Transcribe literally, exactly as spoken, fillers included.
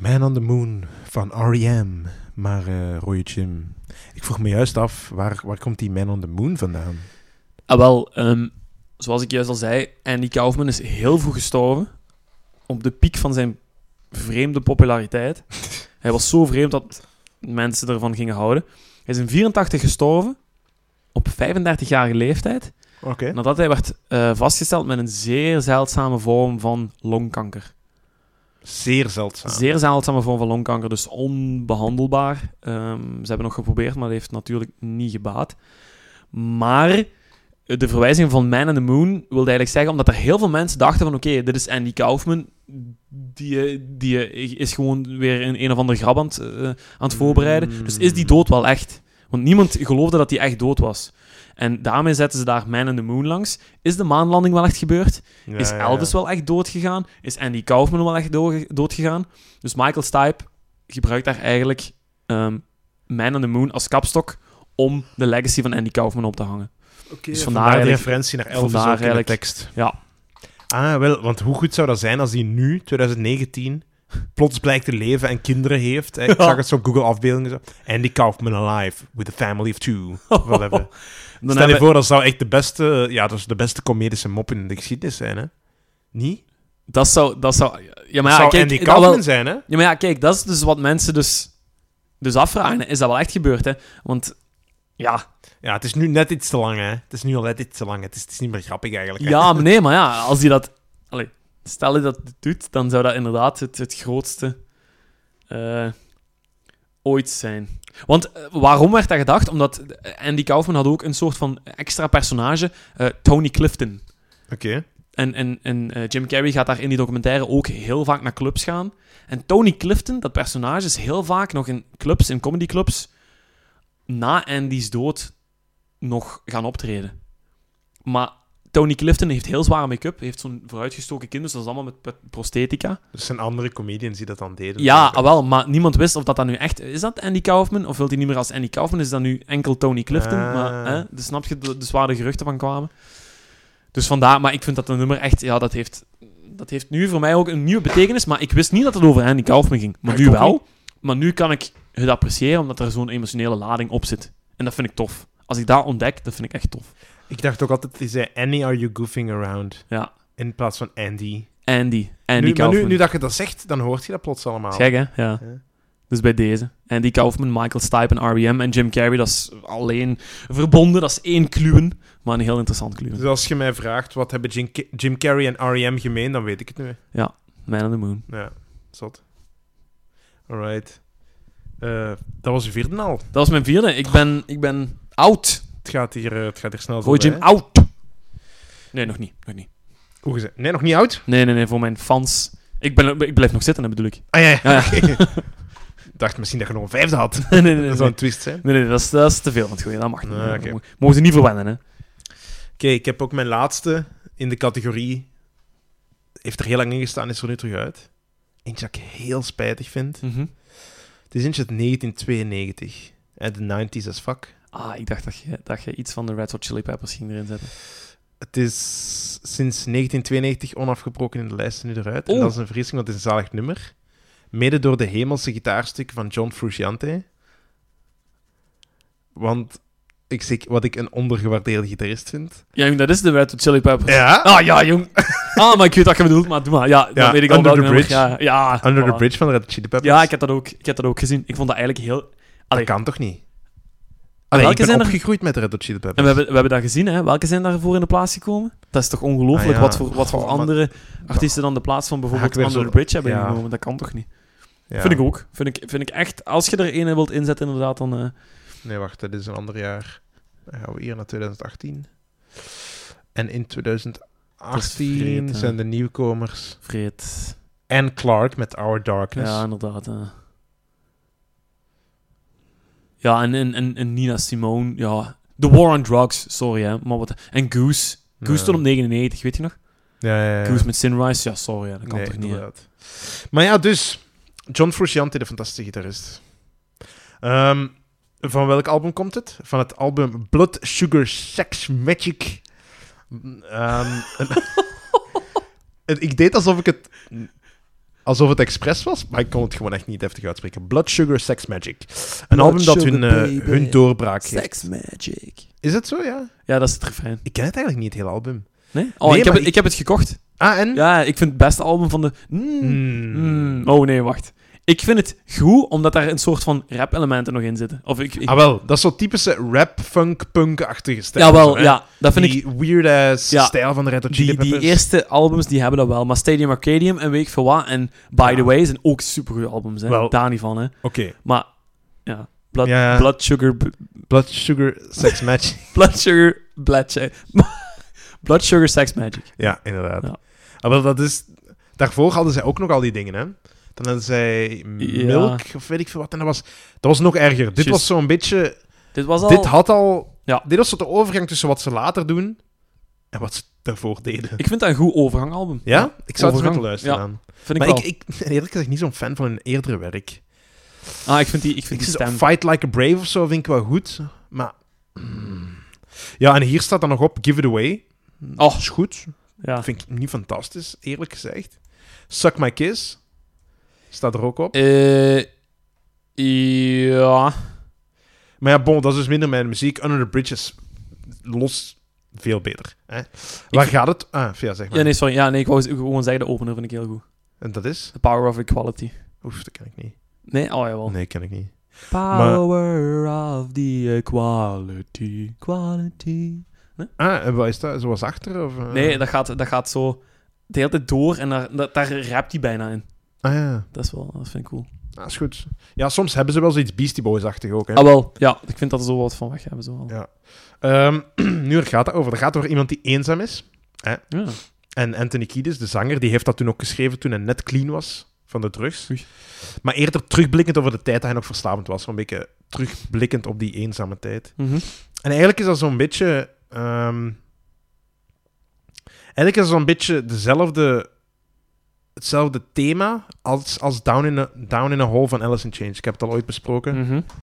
Man on the Moon van R E M. Maar uh, Roy Jim, ik vroeg me juist af, waar, waar komt die Man on the Moon vandaan? Ah, wel, um, zoals ik juist al zei, Andy Kaufman is heel vroeg gestorven. Op de piek van zijn vreemde populariteit. Hij was zo vreemd dat mensen ervan gingen houden. Hij is in vierentachtig gestorven, op vijfendertigjarige leeftijd. Okay. Nadat hij werd uh, vastgesteld met een zeer zeldzame vorm van longkanker. Zeer zeldzaam. Zeer zeldzame vorm van longkanker, dus onbehandelbaar. Um, ze hebben nog geprobeerd, maar dat heeft natuurlijk niet gebaat. Maar de verwijzing van Man on the Moon wilde eigenlijk zeggen, omdat er heel veel mensen dachten van oké, okay, dit is Andy Kaufman, die, die is gewoon weer een, een of ander grap aan het, uh, aan het voorbereiden. Mm. Dus is die dood wel echt? Want niemand geloofde dat hij echt dood was. En daarmee zetten ze daar Man on the Moon langs. Is de maanlanding wel echt gebeurd? Ja, is Elvis ja, ja. wel echt doodgegaan? Is Andy Kaufman wel echt doodgegaan? Dus Michael Stipe gebruikt daar eigenlijk um, Man on the Moon als kapstok om de legacy van Andy Kaufman op te hangen. Okay, dus vandaar, vandaar de referentie naar Elvis ook in de tekst. Ja. Ah, wel, want hoe goed zou dat zijn als hij nu, twintig negentien, plots blijkt te leven en kinderen heeft. Ik zag het zo op Google afbeeldingen. Zo. Andy Kaufman alive, with a family of two. Whatever. Dan Stel je voor, dat zou echt de beste, ja, dat is de beste comedische mop in de geschiedenis zijn, hè? Niet? Dat zou... Dat zou, ja, maar dat ja, zou kijk, Andy Kaufman wel, zijn, hè? Ja, maar ja, kijk, dat is dus wat mensen dus, dus afvragen. Is dat wel echt gebeurd, hè? Want, ja... Ja, het is nu net iets te lang, hè? Het is nu al net iets te lang. Het is, het is niet meer grappig, eigenlijk. Hè? Ja, maar nee, maar ja, als hij dat... Allee, stel je dat doet, dan zou dat inderdaad het, het grootste uh, ooit zijn. Want uh, waarom werd dat gedacht? Omdat Andy Kaufman had ook een soort van extra personage, uh, Tony Clifton. Oké. Okay. En, en, en uh, Jim Carrey gaat daar in die documentaire ook heel vaak naar clubs gaan. En Tony Clifton, dat personage, is heel vaak nog in clubs, in comedyclubs, na Andy's dood nog gaan optreden. Maar Tony Clifton heeft heel zware make-up, heeft zo'n vooruitgestoken kin, dus dat is allemaal met prosthetica. Dus zijn andere comedians die dat dan deden? Ja, ah, wel, maar niemand wist of dat dan nu echt... Is dat Andy Kaufman? Of wil hij niet meer als Andy Kaufman? Is dat nu enkel Tony Clifton? Uh. Maar, hè, dus snap je, dus waar de geruchten van kwamen. Dus vandaar, maar ik vind dat een nummer echt... Ja, dat heeft, dat heeft nu voor mij ook een nieuwe betekenis, maar ik wist niet dat het over Andy Kaufman ging. Maar nu wel. Niet. Maar nu kan ik het appreciëren, omdat er zo'n emotionele lading op zit. En dat vind ik tof. Als ik dat ontdek, dat vind ik echt tof. Ik dacht ook altijd, hij zei, Annie, are you goofing around? Ja. In plaats van Andy. Andy. Andy nu, Kaufman. Maar nu, nu dat je dat zegt, dan hoort je dat plots allemaal. Gek, hè? Ja. ja. Dus bij deze. Andy Kaufman, Michael Stipe en R E M en Jim Carrey, dat is alleen verbonden, dat is één kluwen, maar een heel interessant kluwen. Dus als je mij vraagt, wat hebben Jim, Jim Carrey en R E M gemeen, dan weet ik het nu. Ja, Man on the Moon. Ja, zot. Alright. Uh, dat was de vierde al. Dat was mijn vierde. Ik ben, ik ben oud. Het gaat hier, uh, het gaat hier snel Gooi Jim oud. Nee, nog niet. Nog niet. Hoe gezegd? Nee, nog niet oud? Nee, nee, nee. Voor mijn fans. Ik, ben, ik blijf nog zitten, dat bedoel ik. Ah ja, ja. ja, ja. Okay. Ik dacht misschien dat je nog een vijfde had. nee, nee, nee. Dat zou een twist zijn. Nee, nee, dat is, dat is te veel van het gooien. Dat mag niet. Ah, okay. Mogen ze niet verwennen, hè. Oké, okay, ik heb ook mijn laatste in de categorie. Heeft er heel lang in gestaan, is er nu terug uit. Eentje dat ik heel spijtig vind. Mm-hmm. Het is eentje uit negentien tweeënnegentig. En de nineties as fuck. Ah, ik dacht dat je, dat je iets van de Red Hot Chili Peppers ging erin zetten. Het is sinds negentien tweeënnegentig onafgebroken in de lijsten nu eruit. Oh. En dat is een vergissing, want het is een zalig nummer. Mede door de hemelse gitaarstuk van John Frusciante. Want ik zeg wat ik een ondergewaardeerde gitarist vind. Ja, jong, dat is de Red Hot Chili Peppers. Ja? Ah, ja, jong. Ah, maar ik weet wat je bedoelt, maar doe maar. Ja, ja dan weet ik Under al the Bridge. Ja, ja, Under voilà. the Bridge van de Red Hot Chili Peppers. Ja, ik heb dat ook, ik heb dat ook gezien. Ik vond dat eigenlijk heel... Allee. Dat kan toch niet? Allee, ik ben zijn opgegroeid er... met de Red Hot Chili Peppers. En we hebben, we hebben dat gezien, hè. Welke zijn daarvoor in de plaats gekomen? Dat is toch ongelooflijk ah, ja. wat voor, wat voor oh, andere maar... andere dan de plaats van bijvoorbeeld Under zo... the Bridge hebben ja. genomen. Dat kan toch niet? Ja. Vind ik ook. Vind ik, vind ik echt... Als je er een wilt inzetten, inderdaad, dan... Uh... Nee, wacht. Dit is een ander jaar. Dan gaan we hier naar twintig achttien. En in twintig achttien vreed, zijn de nieuwkomers... Vreed. Anne Clark met Our Darkness. Ja, inderdaad. Uh... Ja, en, en, en, en Nina Simone, ja. The War on Drugs, sorry, hè. Maar wat... En Goose. Goose ja. stond op negenennegentig, weet je nog? Ja, ja, ja. Goose met Sunrise, ja, sorry, hè. Dat kan nee, toch niet, inderdaad. Maar ja, dus... John Frusciante, de fantastische gitarist. Um, van welk album komt het? Van het album Blood Sugar Sex Magic. Um, en, en ik deed alsof ik het alsof het expres was, maar ik kon het gewoon echt niet heftig uitspreken. Blood Sugar Sex Magic. Een Blood album dat Sugar hun, uh, Baby. hun doorbraak heeft. Sex Magic. Is het zo, ja? Ja, dat is het refrein. Ik ken het eigenlijk niet, het hele album. Nee? Oh, Nee, ik, heb maar het, ik- ik heb het gekocht. Ah, en? Ja, ik vind het beste album van de... Mm. Hmm. Mm. Oh, nee, wacht. Ik vind het goed, omdat daar een soort van rap-elementen nog in zitten. Of ik... ik... Ah, wel. Dat is zo typische rap, funk, punk-achtige stijl. Jawel, zo, hè? ja. Dat vind ik... Die weird-ass Ja. stijl van de Red Hot Chili Die, die Peppers. eerste albums, die hebben dat wel. Maar Stadium Arcadium en weet ik veel wat. En By Ja. The Way zijn ook supergoeie albums. Hè. Wel. Daar niet van, hè. Oké. Maar, ja. Blood, Ja. Blood Sugar... B- Blood Sugar Sex Magic. Blood Sugar... Blood, Sugar- Blood Sugar Sex Magic. Ja, inderdaad. Ja. Ah, wel, dat is... Daarvoor hadden zij ook nog al die dingen, hè. Dan hadden zij Ja. Milk, of weet ik veel wat. En dat was, dat was nog erger. Dit Juist. was zo'n beetje... Dit was al... Dit had al... Ja. Dit was zo de overgang tussen wat ze later doen en wat ze daarvoor deden. Ik vind dat een goed overgangalbum. Ja? Ik zou het eens Overgang. moeten luisteren Ja. aan. Vind ik Maar wel. ik, ik ben eerlijk gezegd niet zo'n fan van hun eerdere werk. Ah, ik vind die, ik Ik vind die vind zo stem... Fight Like a Brave of zo vind ik wel goed. Maar... mm. Ja, en hier staat dan nog op Give It Away. Oh. Is goed. Ja. Vind ik niet fantastisch, eerlijk gezegd. Suck My Kiss. Staat er ook op. Eh, ja... Maar ja, bon, dat is dus minder mijn muziek. Under the Bridges los veel beter. Hè? Waar gaat het? Ah, ja, zeg maar. Ja, nee, sorry. Ja, nee, ik wou gewoon zeggen, de opener vind ik heel goed. En dat is? The Power of Equality. Oef, dat ken ik niet. Nee? Oh, jawel. Nee, ken ik niet. Power of the equality. Quality. Ah, en wat is dat? Zoals achter? Of, uh... Nee, dat gaat, dat gaat zo de hele tijd door en daar, dat, daar rapt hij bijna in. Ah ja, Dat is wel, dat vind ik cool. dat is goed. Ja, soms hebben ze wel zoiets Beastie Boys-achtig ook. Hè? Ah, wel. Ja, ik vind dat er zo wat van weg hebben. Zo wel. Ja. Ehm, nu, waar gaat het over? Dat gaat over iemand die eenzaam is. Hè? Ja. En Anthony Kiedis, de zanger, die heeft dat toen ook geschreven toen hij net clean was van de drugs. Oei. Maar eerder terugblikkend over de tijd dat hij nog verslavend was. Een beetje terugblikkend op die eenzame tijd. Mhm. En eigenlijk is dat zo'n beetje... ehm, eigenlijk is dat zo'n beetje dezelfde... hetzelfde thema als, als Down, in a, Down in a Hole van Alice in Chains. Ik heb het al ooit besproken. Mhm.